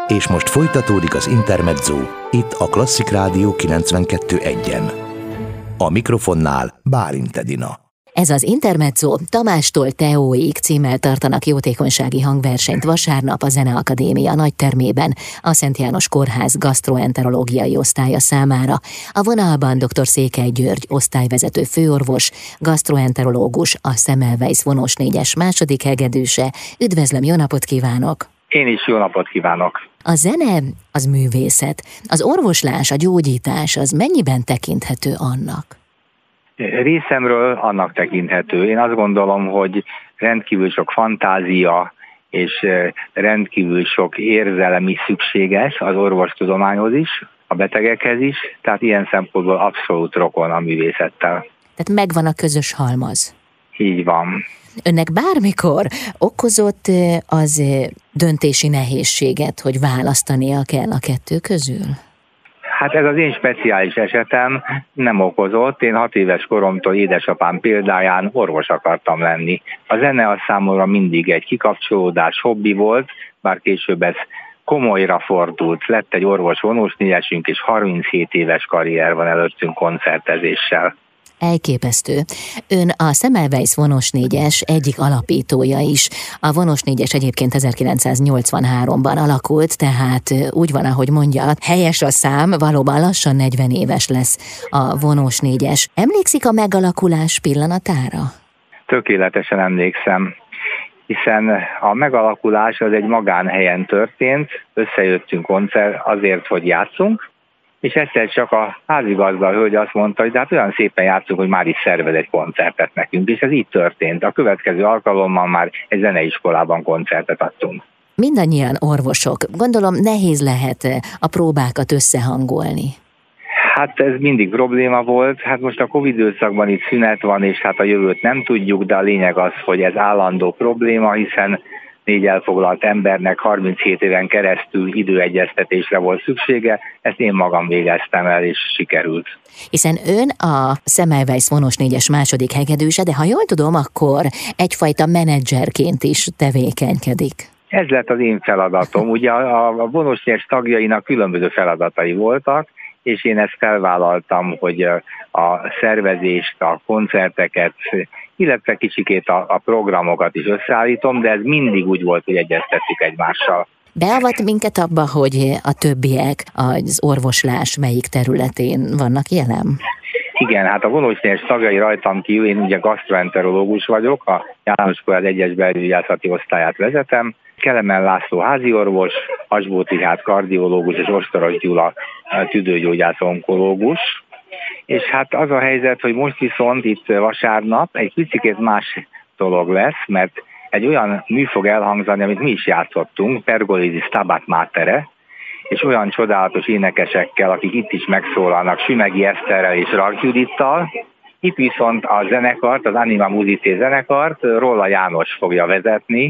És most folytatódik az Intermezzo, itt a Klasszik Rádió 92.1-en. A mikrofonnál Bálint Edina. Ez az Intermezzo Tamástól Teóig címmel tartanak jótékonysági hangversenyt vasárnap a Zeneakadémia nagytermében a Szent János Kórház gasztroenterológiai osztálya számára. A vonalban dr. Székely György osztályvezető főorvos, gasztroenterológus, a Semmelweis vonós 4-es második hegedűse. Üdvözlöm, jó napot kívánok! Én is jó napot kívánok! A zene az művészet, az orvoslás, a gyógyítás az mennyiben tekinthető annak? Részemről annak tekinthető. Én azt gondolom, hogy rendkívül sok fantázia és rendkívül sok érzelem is szükséges az orvostudományhoz is, a betegekhez is, tehát ilyen szempontból abszolút rokon a művészettel. Tehát megvan a közös halmaz. Így van. Önnek bármikor okozott az döntési nehézséget, hogy választania kell a kettő közül? Hát ez az én speciális esetem nem okozott. Én 6 éves koromtól édesapám példáján orvos akartam lenni. A zene az számomra mindig egy kikapcsolódás, hobbi volt, bár később ez komolyra fordult. Lett egy orvos vonós 4-esünk, és 37 éves karrier van előttünk koncertezéssel. Elképesztő. Ön a Semmelweis vonós 4-es egyik alapítója is. A vonós 4-es egyébként 1983-ban alakult, tehát úgy van, ahogy mondja, helyes a szám, valóban lassan 40 éves lesz a vonós 4-es. Emlékszik a megalakulás pillanatára? Tökéletesen emlékszem, hiszen a megalakulás az egy magánhelyen történt, összejöttünk koncert azért, hogy játszunk, és egyszer csak a házigazda hölgy azt mondta, hogy de hát olyan szépen játszunk, hogy már is szervez egy koncertet nekünk, és ez így történt. A következő alkalommal már egy zeneiskolában koncertet adtunk. Mindannyian orvosok. Gondolom nehéz lehet a próbákat összehangolni. Hát ez mindig probléma volt. Hát most a Covid időszakban itt szünet van, és hát a jövőt nem tudjuk, de a lényeg az, hogy ez állandó probléma, hiszen 4 elfoglalt embernek 37 éven keresztül időegyeztetésre volt szüksége, ezt én magam végeztem el, és sikerült. Hiszen ön a Semmelweis vonós 4-es második hegedűse, de ha jól tudom, akkor egyfajta menedzserként is tevékenykedik. Ez lett az én feladatom. Ugye a vonós 4-es tagjainak különböző feladatai voltak, és én ezt felvállaltam, hogy a szervezést, a koncerteket, illetve kicsikét a programokat is összeállítom, de ez mindig úgy volt, hogy egyeztettük egymással. Beavat minket abba, hogy a többiek az orvoslás melyik területén vannak jelen? Igen, hát a vonós 4-es tagjai rajtam kívül, én ugye gasztroenterológus vagyok, a János Kórház 1-es belgyógyászati osztályát vezetem, Kelemen László háziorvos, Asbóth Richárd kardiológus és Ostoros Gyula tüdőgyógyász onkológus. És hát az a helyzet, hogy most viszont itt vasárnap egy picikét más dolog lesz, mert egy olyan mű fog elhangzani, amit mi is játszottunk, Pergolesi Stabat Matere, és olyan csodálatos énekesekkel, akik itt is megszólalnak, Sümegi Eszterrel és Rark Judittal. Itt viszont a zenekart, az Anima Musicé zenekart Rolla János fogja vezetni,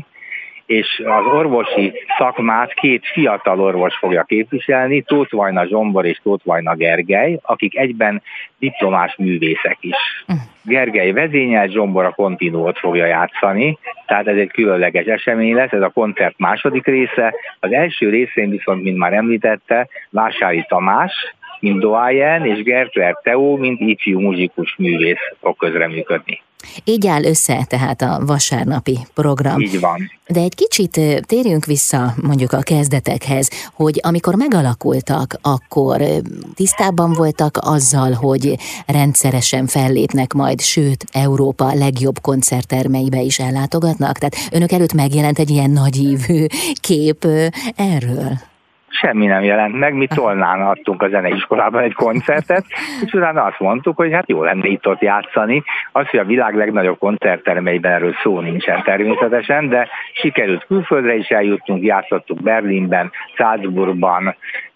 és az orvosi szakmát 2 fiatal orvos fogja képviselni, Tóth Vajna Zsombor és Tóth Vajna Gergely, akik egyben diplomás művészek is. Gergely vezényel, Zsombor a kontinuót fogja játszani, tehát ez egy különleges esemény lesz, ez a koncert második része. Az első részén viszont, mint már említette, Vásári Tamás, mint doyen, és Gertler Teó, mint ifjú muzsikus művész fog közreműködni. Így áll össze tehát a vasárnapi program. Így van. De egy kicsit térjünk vissza mondjuk a kezdetekhez, hogy amikor megalakultak, akkor tisztában voltak azzal, hogy rendszeresen fellépnek majd, sőt, Európa legjobb koncerttermeibe is ellátogatnak? Tehát önök előtt megjelent egy ilyen nagyívű kép erről? Semmi nem jelent meg, mi Tolnán adtunk a zeneiskolában egy koncertet, és utána azt mondtuk, hogy hát jó lenne itt-ott játszani. Az, hogy a világ legnagyobb koncerttermeiben erről szó nincsen természetesen, de sikerült külföldre is eljutnunk, játszottuk Berlinben, Salzburgban,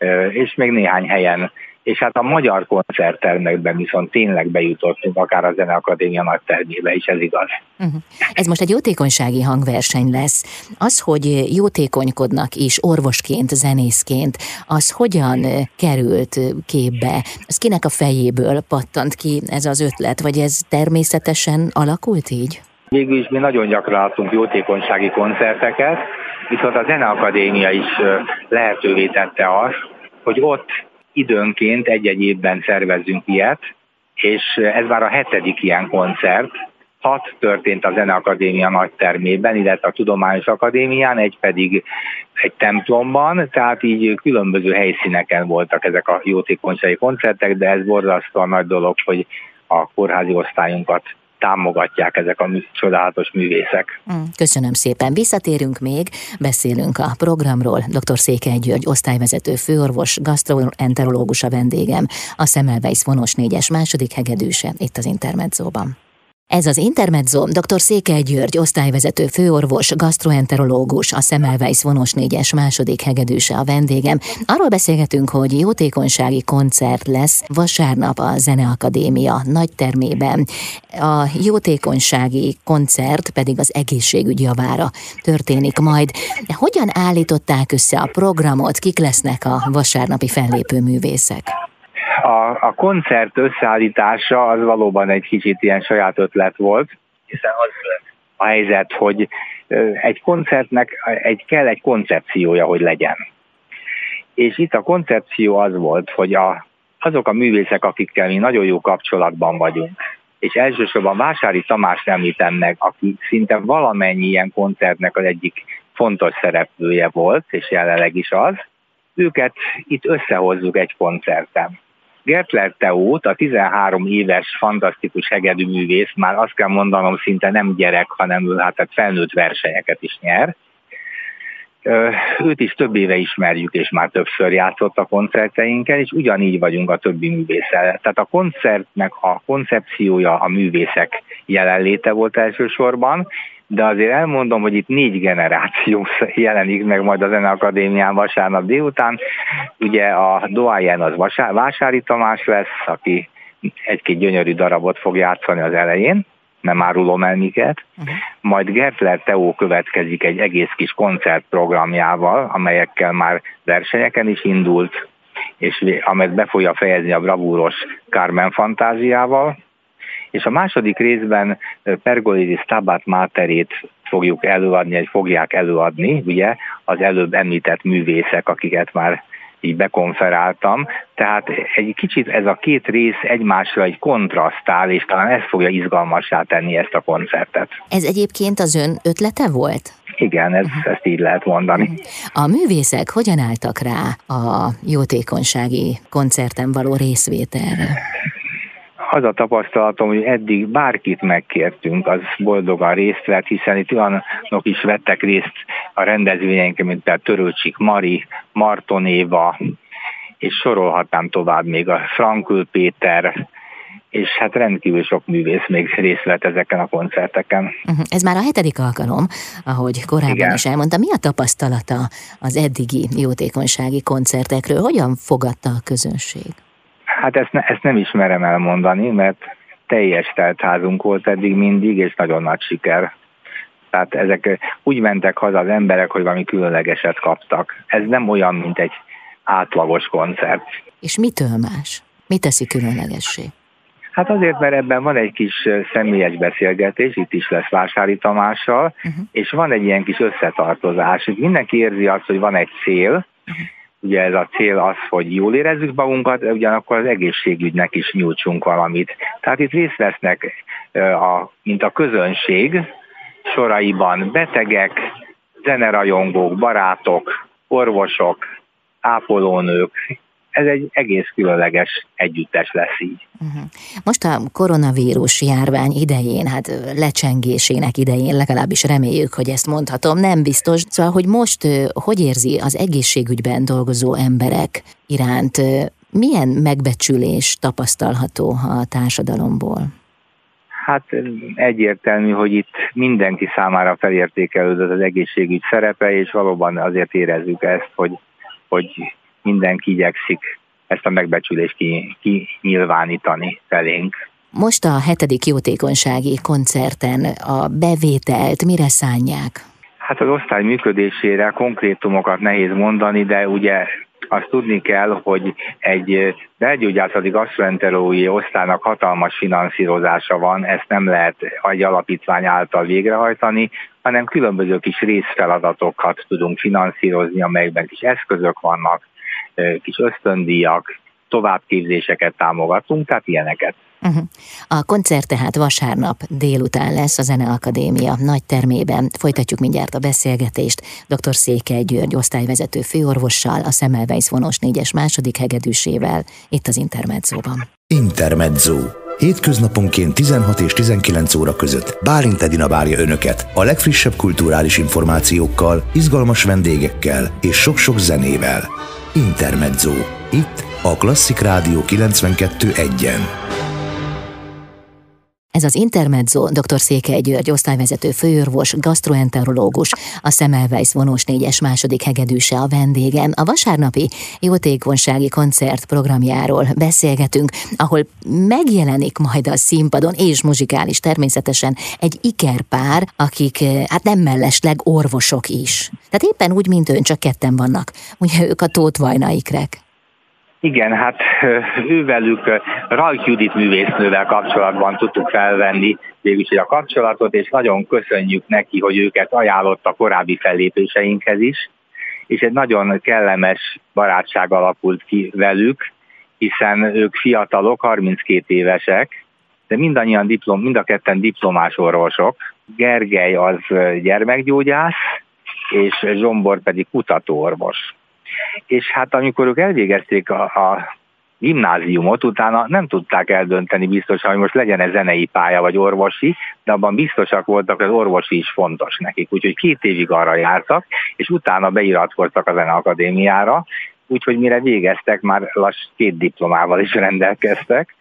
és még néhány helyen. És hát a magyar koncerttermekben viszont tényleg bejutottunk, akár a Zeneakadémia nagy termébe is, ez igaz. Ez most egy jótékonysági hangverseny lesz. Az, hogy jótékonykodnak is orvosként, zenészként, az hogyan került képbe? Az kinek a fejéből pattant ki ez az ötlet, vagy ez természetesen alakult így? Végül is mi nagyon gyakran adtunk jótékonysági koncerteket, viszont a Zeneakadémia is lehetővé tette azt, hogy ott időnként egy-egy évben szervezzünk ilyet, és ez már a 7. ilyen koncert. 6 történt a Zeneakadémia nagytermében, illetve a Tudományos Akadémián, egy pedig egy templomban, tehát így különböző helyszíneken voltak ezek a jótékonysági koncertek, de ez borzasztóan nagy dolog, hogy a kórházi osztályunkat támogatják ezek a csodálatos művészek. Köszönöm szépen. Visszatérünk még, beszélünk a programról. Dr. Székely György, osztályvezető főorvos, gasztroenterológus a vendégem, a Semmelweis vonós 4-es második hegedűse itt az Intermedzóban. Ez az Intermezzo, dr. Székely György, osztályvezető főorvos, gasztroenterológus, a Semmelweis vonós 4-es második hegedűse a vendégem. Arról beszélgetünk, hogy jótékonysági koncert lesz vasárnap a Zeneakadémia nagytermében. A jótékonysági koncert pedig az egészségügy javára történik majd. Hogyan állították össze a programot, kik lesznek a vasárnapi fellépő művészek? A koncert összeállítása az valóban egy kicsit ilyen saját ötlet volt, hiszen az a helyzet, hogy egy koncertnek kell egy koncepciója, hogy legyen. És itt a koncepció az volt, hogy azok a művészek, akikkel mi nagyon jó kapcsolatban vagyunk, és elsősorban Vásári Tamást említem meg, aki szinte valamennyi ilyen koncertnek az egyik fontos szereplője volt, és jelenleg is az, őket itt összehozzuk egy koncerten. Gertler Teót, a 13 éves fantasztikus hegedűművész, már azt kell mondanom, szinte nem gyerek, hanem ő felnőtt versenyeket is nyer. Őt is több éve ismerjük, és már többször játszott a koncerteinken, és ugyanígy vagyunk a többi művésszel. Tehát a koncertnek a koncepciója a művészek jelenléte volt elsősorban, de azért elmondom, hogy itt 4 generáció jelenik meg majd a Zeneakadémián vasárnap délután. Ugye a doyen az Vásári Tamás lesz, aki egy-két gyönyörű darabot fog játszani az elején, nem árulom el miket. Majd Gertler Teó következik egy egész kis koncertprogramjával, amelyekkel már versenyeken is indult, és amelyet be fogja fejezni a bravúros Carmen fantáziával. És a második részben Pergolesi Stabat Materét fogják előadni, ugye, az előbb említett művészek, akiket már így bekonferáltam. Tehát egy kicsit ez a 2 rész egymásra egy kontrasztál, és talán ez fogja izgalmassá tenni ezt a koncertet. Ez egyébként az ön ötlete volt? Igen, ezt így lehet mondani. A művészek hogyan álltak rá a jótékonysági koncerten való részvételre? Az a tapasztalatom, hogy eddig bárkit megkértünk, az boldogan részt vett, hiszen itt olyanok is vettek részt a rendezvényeinken, mint például Törőcsik Mari, Marton Éva, és sorolhatnám tovább még a Frankl Péter, és hát rendkívül sok művész még részt vett ezeken a koncerteken. Ez már a 7. alkalom, ahogy korábban is elmondta. Mi a tapasztalata az eddigi jótékonysági koncertekről? Hogyan fogadta a közönség? Hát ezt nem ismerem elmondani, mert teljes teltházunk volt eddig mindig, és nagyon nagy siker. Tehát ezek úgy mentek haza az emberek, hogy valami különlegeset kaptak. Ez nem olyan, mint egy átlagos koncert. És mitől más? Mi teszi különlegessé? Hát azért, mert ebben van egy kis személyes beszélgetés, itt is lesz Vásári Tamással, és van egy ilyen kis összetartozás. Itt mindenki érzi azt, hogy van egy cél. Ugye ez a cél az, hogy jól érezzük magunkat, de ugyanakkor az egészségügynek is nyújtsunk valamit. Tehát itt részt vesznek, mint a közönség soraiban betegek, zenerajongók, barátok, orvosok, ápolónők. Ez egy egész különleges együttes lesz így. Most a koronavírus járvány idején, lecsengésének idején, legalábbis reméljük, hogy ezt mondhatom, nem biztos. Szóval, hogy most hogy érzi az egészségügyben dolgozó emberek iránt, milyen megbecsülés tapasztalható a társadalomból? Hát egyértelmű, hogy itt mindenki számára felértékelődött az egészségügy szerepe, és valóban azért érezzük ezt, hogy mindenki igyekszik ezt a megbecsülést kinyilvánítani felénk. Most a 7. jótékonysági koncerten a bevételt mire szánják? Hát az osztály működésére konkrétumokat nehéz mondani, de ugye azt tudni kell, hogy egy belgyógyászati gasztroenterológiai osztálynak hatalmas finanszírozása van, ezt nem lehet egy alapítvány által végrehajtani, hanem különböző kis részfeladatokat tudunk finanszírozni, amelyekben kis eszközök vannak, kis ösztöndíjak, továbbképzéseket támogatunk, tehát ilyeneket. A koncert tehát vasárnap délután lesz a Zeneakadémia nagy termében. Folytatjuk mindjárt a beszélgetést dr. Székely György osztályvezető főorvossal, a Semmelweis vonós 4-es második hegedűsével, itt az Intermedzóban. Intermezzo. Hétköznaponként 16 és 19 óra között Bálint Edina várja Önöket a legfrissebb kulturális információkkal, izgalmas vendégekkel és sok-sok zenével. Intermezzo. Itt a Klasszik Rádió 92.1-en. Ez az Intermezzo, dr. Székely György osztályvezető főorvos, gasztroenterológus, a Semmelweis vonós 4-es második hegedűse a vendégem. A vasárnapi jótékonysági koncert programjáról beszélgetünk, ahol megjelenik majd a színpadon, és muzsikális természetesen, egy ikerpár, akik hát nem mellesleg orvosok is. Tehát éppen úgy, mint ön, csak ketten vannak. Ugye ők a Tóth Vajna ikrek. Igen, hát ővelük Rajk Judit művésznővel kapcsolatban tudtuk felvenni végülis a kapcsolatot, és nagyon köszönjük neki, hogy őket ajánlotta korábbi fellépéseinkhez is, és egy nagyon kellemes barátság alakult ki velük, hiszen ők fiatalok, 32 évesek, de mind a ketten diplomás orvosok. Gergely az gyermekgyógyász, és Zsombor pedig kutatóorvos. És hát amikor ők elvégezték a gimnáziumot, utána nem tudták eldönteni biztosan, hogy most legyen-e zenei pálya vagy orvosi, de abban biztosak voltak, hogy az orvosi is fontos nekik. Úgyhogy 2 évig arra jártak, és utána beiratkoztak a Zeneakadémiára, úgyhogy mire végeztek, már 2 diplomával is rendelkeztek,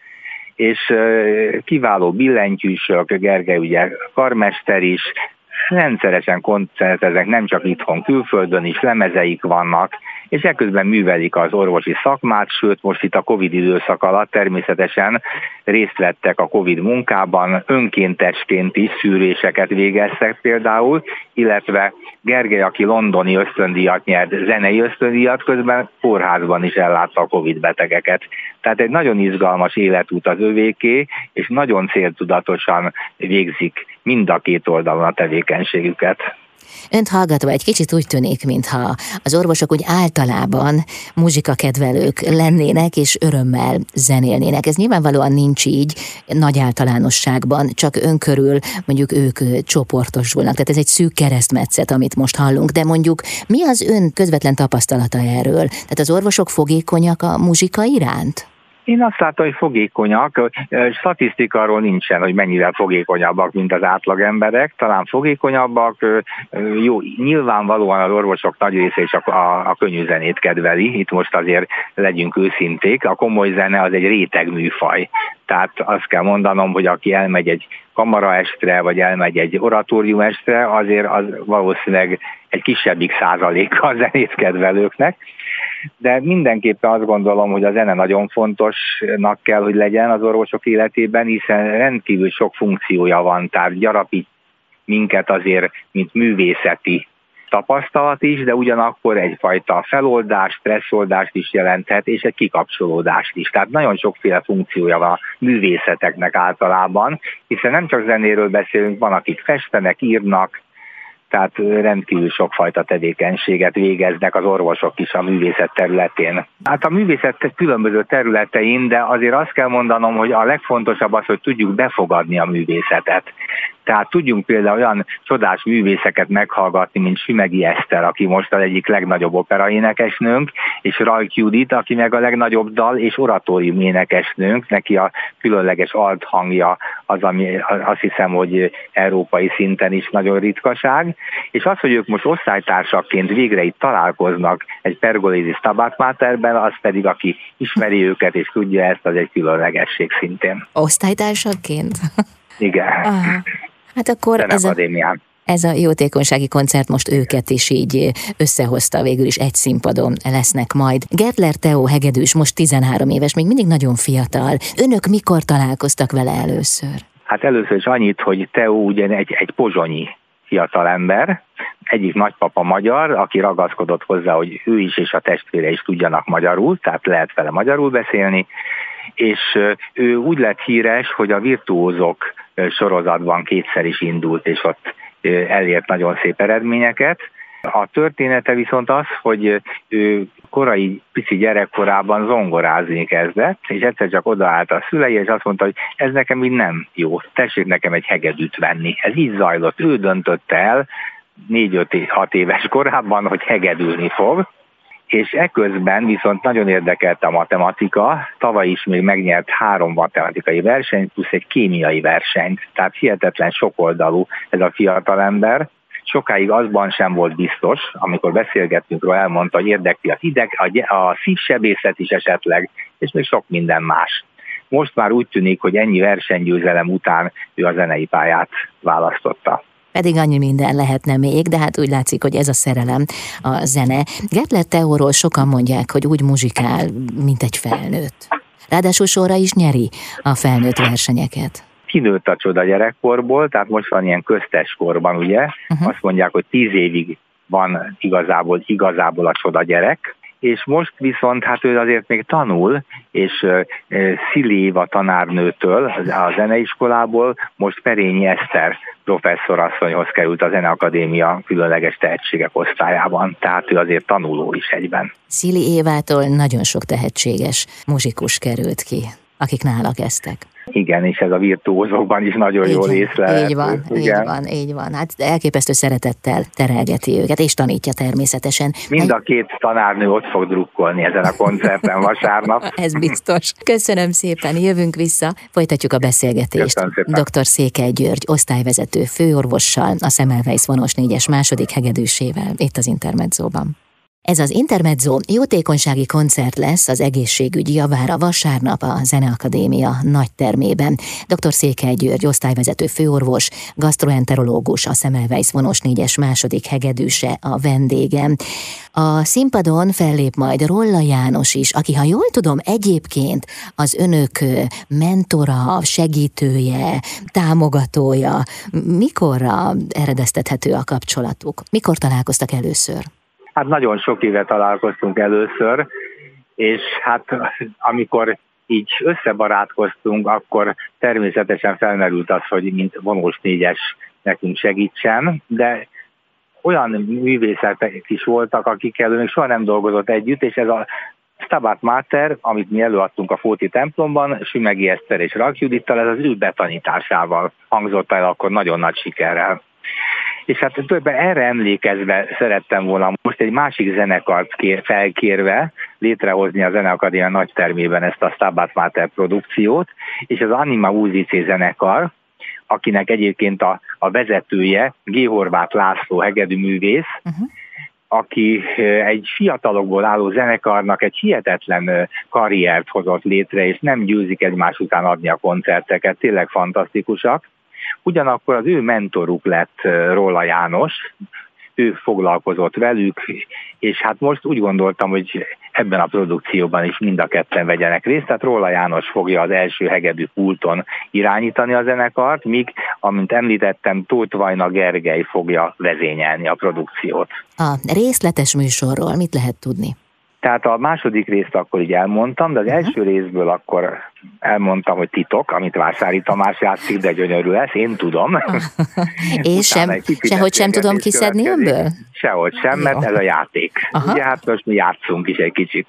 és kiváló billentyűsök, Gergely ugye karmester is, rendszeresen koncerteznek, nem csak itthon, külföldön is, lemezeik vannak, és ekközben művelik az orvosi szakmát, sőt most itt a Covid időszak alatt természetesen részt vettek a Covid munkában, önkéntesként is szűréseket végeztek például, illetve Gergely, aki londoni ösztöndíjat nyert, zenei ösztöndíjat, közben kórházban is ellátta a Covid betegeket. Tehát egy nagyon izgalmas életút az övéké, és nagyon céltudatosan végzik mind a 2 oldalon a tevékenységüket. Önt hallgatva egy kicsit úgy tűnik, mintha az orvosok úgy általában muzsikakedvelők lennének, és örömmel zenélnének. Ez nyilvánvalóan nincs így nagy általánosságban, csak ön körül mondjuk ők csoportosulnak. Tehát ez egy szűk keresztmetszet, amit most hallunk, de mondjuk mi az ön közvetlen tapasztalata erről? Tehát az orvosok fogékonyak a muzsika iránt? Én azt látom, hogy fogékonyak, statisztika arról nincsen, hogy mennyivel fogékonyabbak, mint az átlag emberek, talán fogékonyabbak, jó, nyilvánvalóan az orvosok nagy része is a könnyű zenét kedveli, itt most azért legyünk őszinték, a komoly zene az egy réteg műfaj, tehát azt kell mondanom, hogy aki elmegy egy kamaraestre, vagy elmegy egy oratóriumestre, azért az valószínűleg egy kisebbik százaléka a zenét kedvelőknek, de mindenképpen azt gondolom, hogy a zene nagyon fontosnak kell, hogy legyen az orvosok életében, hiszen rendkívül sok funkciója van, tehát gyarapít minket azért, mint művészeti tapasztalat is, de ugyanakkor egyfajta feloldást, stresszoldást is jelenthet, és egy kikapcsolódást is. Tehát nagyon sokféle funkciója van a művészeteknek általában, hiszen nem csak zenéről beszélünk, van akik festenek, írnak, tehát rendkívül sokfajta tevékenységet végeznek az orvosok is a művészet területén. Hát a művészet különböző területein, de azért azt kell mondanom, hogy a legfontosabb az, hogy tudjuk befogadni a művészetet. Tehát tudjunk például olyan csodás művészeket meghallgatni, mint Sümegi Eszter, aki most az egyik legnagyobb operaénekesnőnk, és Rajk Judit, aki meg a legnagyobb dal- és oratórium énekesnőnk, neki a különleges alt hangja az, ami azt hiszem, hogy európai szinten is nagyon ritkaság, és az, hogy ők most osztálytársakként végre itt találkoznak egy Pergolesi Stabat Materben, az pedig, aki ismeri őket és tudja ezt, az egy különlegesség szintén. Osztálytársakként? Igen. Aha. Hát akkor ez a jótékonysági koncert most őket is így összehozta, végül is egy színpadon lesznek majd. Gertler Teó hegedűs, most 13 éves, még mindig nagyon fiatal. Önök mikor találkoztak vele először? Hát először is annyit, hogy Teó ugye egy pozsonyi fiatalember, egyik nagypapa magyar, aki ragaszkodott hozzá, hogy ő is és a testvére is tudjanak magyarul, tehát lehet vele magyarul beszélni, és ő úgy lett híres, hogy a Virtuózok sorozatban 2-szer is indult, és ott elért nagyon szép eredményeket. A története viszont az, hogy ő korai pici gyerekkorában zongorázni kezdett, és egyszer csak odaállt a szülei, és azt mondta, hogy ez nekem így nem jó, tessék nekem egy hegedűt venni. Ez így zajlott, ő döntötte el 4-5-6 éves korában, hogy hegedülni fog, és eközben viszont nagyon érdekelte a matematika, tavaly is még megnyert 3 matematikai versenyt, plusz egy kémiai versenyt, tehát hihetetlen sokoldalú ez a fiatalember. Sokáig azban sem volt biztos, amikor beszélgettünk róla, elmondta, hogy érdekli a szívsebészet is esetleg, és még sok minden más. Most már úgy tűnik, hogy ennyi versenygyőzelem után ő a zenei pályát választotta. Pedig annyi minden lehetne még, de hát úgy látszik, hogy ez a szerelem, a zene. Gertler Teóról sokan mondják, hogy úgy muzsikál, mint egy felnőtt. Ráadásul sorra is nyeri a felnőtt versenyeket. Kinőtt a csoda gyerekkorból, tehát most van ilyen köztes korban, ugye? Azt mondják, hogy 10 évig van igazából a csoda gyerek, és most viszont hát ő azért még tanul, és Szili Éva tanárnőtől, a zeneiskolából most Perényi Eszter professzorasszonyhoz került a Zeneakadémia különleges tehetségek osztályában, tehát ő azért tanuló is egyben. Szili Évától nagyon sok tehetséges muzsikus került ki, akik nála kezdtek. Igen, és ez a virtuózokban is nagyon jól észlelhető. Így van. Hát elképesztő szeretettel terelgeti őket, és tanítja természetesen. Mind a 2 tanárnő ott fog drukkolni ezen a koncerten vasárnap. Ez biztos. Köszönöm szépen, jövünk vissza, folytatjuk a beszélgetést. Dr. Székely György, osztályvezető főorvossal, a Semmelweis vonós 4-es második hegedűsével, itt az Intermedzóban. Ez az Intermezzo jótékonysági koncert lesz az egészségügy javára vasárnap a Zeneakadémia nagytermében. Dr. Székely György, osztályvezető főorvos, gasztroenterológus, a Semmelweis vonós 4-es második hegedűse a vendégem. A színpadon fellép majd Rolla János is, aki, ha jól tudom, egyébként az önök mentora, segítője, támogatója. Mikorra eredeztethető a kapcsolatuk? Mikor találkoztak először? Hát nagyon sok éve találkoztunk először, és hát amikor így összebarátkoztunk, akkor természetesen felmerült az, hogy mint vonós 4-es nekünk segítsen, de olyan művészetek is voltak, akikkel még soha nem dolgozott együtt, és ez a Stabat Mater, amit mi előadtunk a Fóti templomban, Sümegi Eszter és Rak Judittal, ez az ő betanításával hangzott el akkor nagyon nagy sikerrel. És hát többen erre emlékezve szerettem volna most egy másik zenekart felkérve létrehozni a Zeneakadémia nagytermében ezt a Stabat Mater produkciót, és az Anima Musicae zenekar, akinek egyébként a vezetője G. Horváth László hegedűművész, aki egy fiatalokból álló zenekarnak egy hihetetlen karriert hozott létre, és nem győzik egymás után adni a koncerteket, tényleg fantasztikusak. Ugyanakkor az ő mentoruk lett Rolla János, ő foglalkozott velük, és hát most úgy gondoltam, hogy ebben a produkcióban is mind a ketten vegyenek részt, tehát Rolla János fogja az első hegedű pulton irányítani a zenekart, míg, amint említettem, Tóth Vajna Gergely fogja vezényelni a produkciót. A részletes műsorról mit lehet tudni? Tehát a második részt akkor így elmondtam, de az első részből akkor elmondtam, hogy titok, amit Vásári Tamás játszik, de gyönyörű lesz, én tudom. És sehogy sem tudom kiszedni önből? Sehogy sem, mert ez a játék. Ugye hát most mi játszunk is egy kicsit.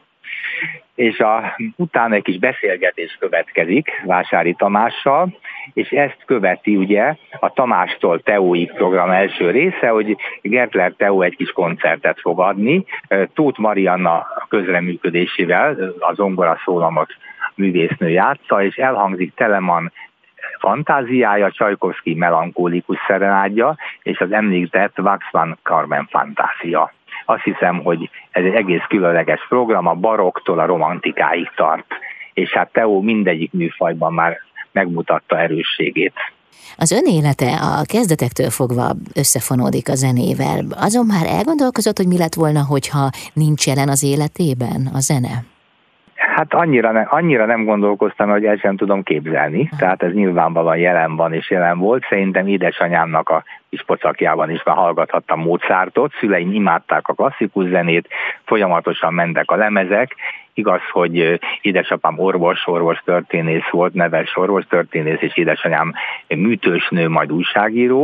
És utána egy kis beszélgetés következik Vásári Tamással, és ezt követi ugye a Tamástól Teóig program első része, hogy Gertler Teó egy kis koncertet fog adni, Tóth Marianna közreműködésével, a zongoraszólamot művésznő játsza, és elhangzik Telemann fantáziája, Csajkovszky melankólikus szerenádja, és az említett Waxman Carmen fantázia. Azt hiszem, hogy ez egy egész különleges program, a baroktól a romantikáig tart, és hát Teó mindegyik műfajban már megmutatta erősségét. Az ön élete a kezdetektől fogva összefonódik a zenével. Azon már elgondolkozott, hogy mi lett volna, hogyha nincs jelen az életében a zene? Hát annyira nem gondolkoztam, hogy el sem tudom képzelni. Tehát ez nyilvánvalóan jelen van és jelen volt. Szerintem édesanyámnak a kis pocakjában is már hallgathattam Mozartot. Szüleim imádták a klasszikus zenét, folyamatosan mentek a lemezek. Igaz, hogy édesapám orvostörténész volt, neves orvostörténész, és édesanyám műtősnő, majd újságíró.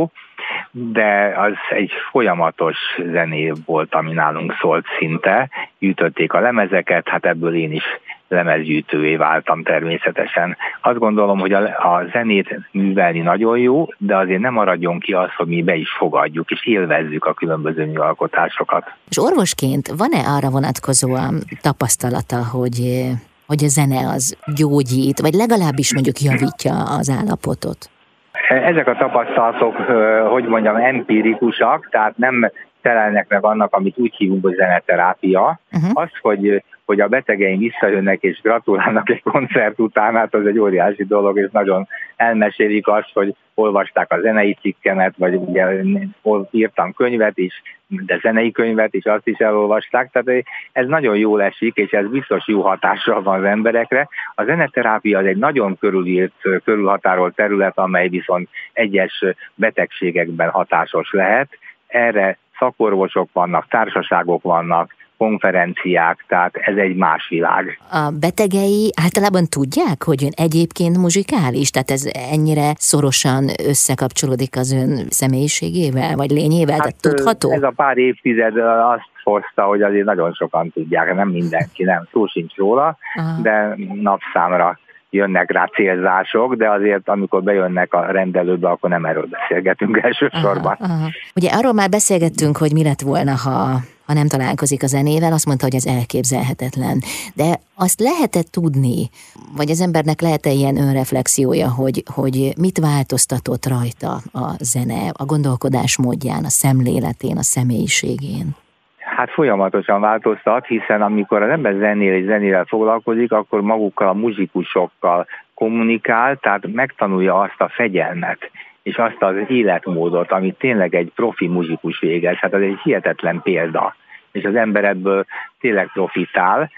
de az egy folyamatos zené volt, ami nálunk szólt szinte. Gyűjtötték a lemezeket, hát ebből én is lemezgyűjtővé váltam természetesen. Azt gondolom, hogy a zenét művelni nagyon jó, de azért nem maradjon ki az, hogy mi be is fogadjuk, és élvezzük a különböző műalkotásokat. És orvosként van-e arra vonatkozóan tapasztalata, hogy a zene az gyógyít, vagy legalábbis mondjuk javítja az állapotot? Ezek a tapasztalatok, hogy mondjam, empirikusak, tehát nem felelnek meg annak, amit úgy hívunk, hogy zeneterápia. Az, hogy a betegeim visszajönnek és gratulálnak egy koncert után, hát az egy óriási dolog, és nagyon elmesélik azt, hogy olvasták a zenei cikkemet, vagy ugye írtam könyvet is, de zenei könyvet is, azt is elolvasták, tehát ez nagyon jól esik, és ez biztos jó hatással van az emberekre. A zeneterápia az egy nagyon körülhatárolt terület, amely viszont egyes betegségekben hatásos lehet. Erre szakorvosok vannak, társaságok vannak, konferenciák, tehát ez egy más világ. A betegei általában tudják, hogy ön egyébként muzsikális? Tehát ez ennyire szorosan összekapcsolódik az ön személyiségével, vagy lényével? Tehát tudható? Ez a pár évtized azt hozta, hogy azért nagyon sokan tudják, nem mindenki, nem, szó sincs róla, de napszámra jönnek rá célzások, de azért amikor bejönnek a rendelőbe, akkor nem erről beszélgetünk elsősorban. Ugye arról már beszélgettünk, hogy mi lett volna, ha nem találkozik a zenével, azt mondta, hogy ez elképzelhetetlen. De azt lehet-e tudni, vagy az embernek lehet-e ilyen önreflexiója, hogy mit változtatott rajta a zene, a gondolkodás módján, a szemléletén, a személyiségén? Hát folyamatosan változtat, hiszen amikor az ember zenével foglalkozik, akkor magukkal a muzsikusokkal kommunikál, tehát megtanulja azt a fegyelmet, és azt az életmódot, amit tényleg egy profi muzsikus végez. Hát ez egy hihetetlen példa, és az ember ebből tényleg profitál.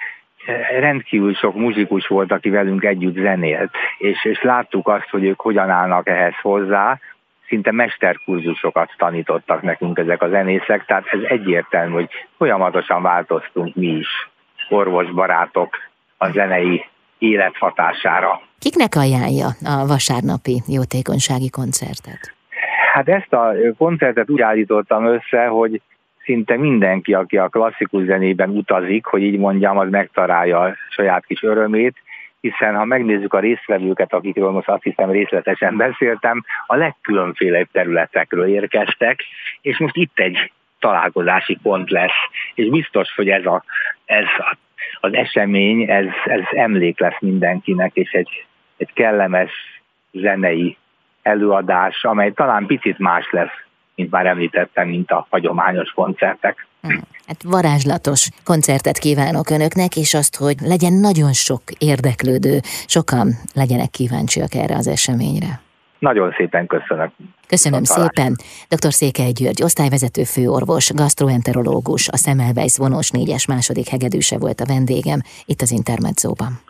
Rendkívül sok muzsikus volt, aki velünk együtt zenélt, és láttuk azt, hogy ők hogyan állnak ehhez hozzá. Szinte mesterkurzusokat tanítottak nekünk ezek a zenészek, tehát ez egyértelmű, hogy folyamatosan változtunk mi is, orvosbarátok, a zenei élet hatására. Kiknek ajánlja a vasárnapi jótékonysági koncertet? Hát ezt a koncertet úgy állítottam össze, hogy szinte mindenki, aki a klasszikus zenében utazik, hogy így mondjam, az megtalálja a saját kis örömét, hiszen ha megnézzük a résztvevőket, akikről most azt hiszem részletesen beszéltem, a legkülönfélebb területekről érkeztek, és most itt egy találkozási pont lesz, és biztos, hogy ez az esemény, ez emlék lesz mindenkinek, és egy kellemes zenei előadás, amely talán picit más lesz, mint már említettem, mint a hagyományos koncertek. Hát varázslatos koncertet kívánok önöknek, és azt, hogy legyen nagyon sok érdeklődő, sokan legyenek kíváncsiak erre az eseményre. Nagyon szépen köszönök. Köszönöm szépen. Dr. Székely György, osztályvezető főorvos, gasztroenterológus, a Semmelweis vonós 4-es második hegedűse volt a vendégem itt az Intermedzóban.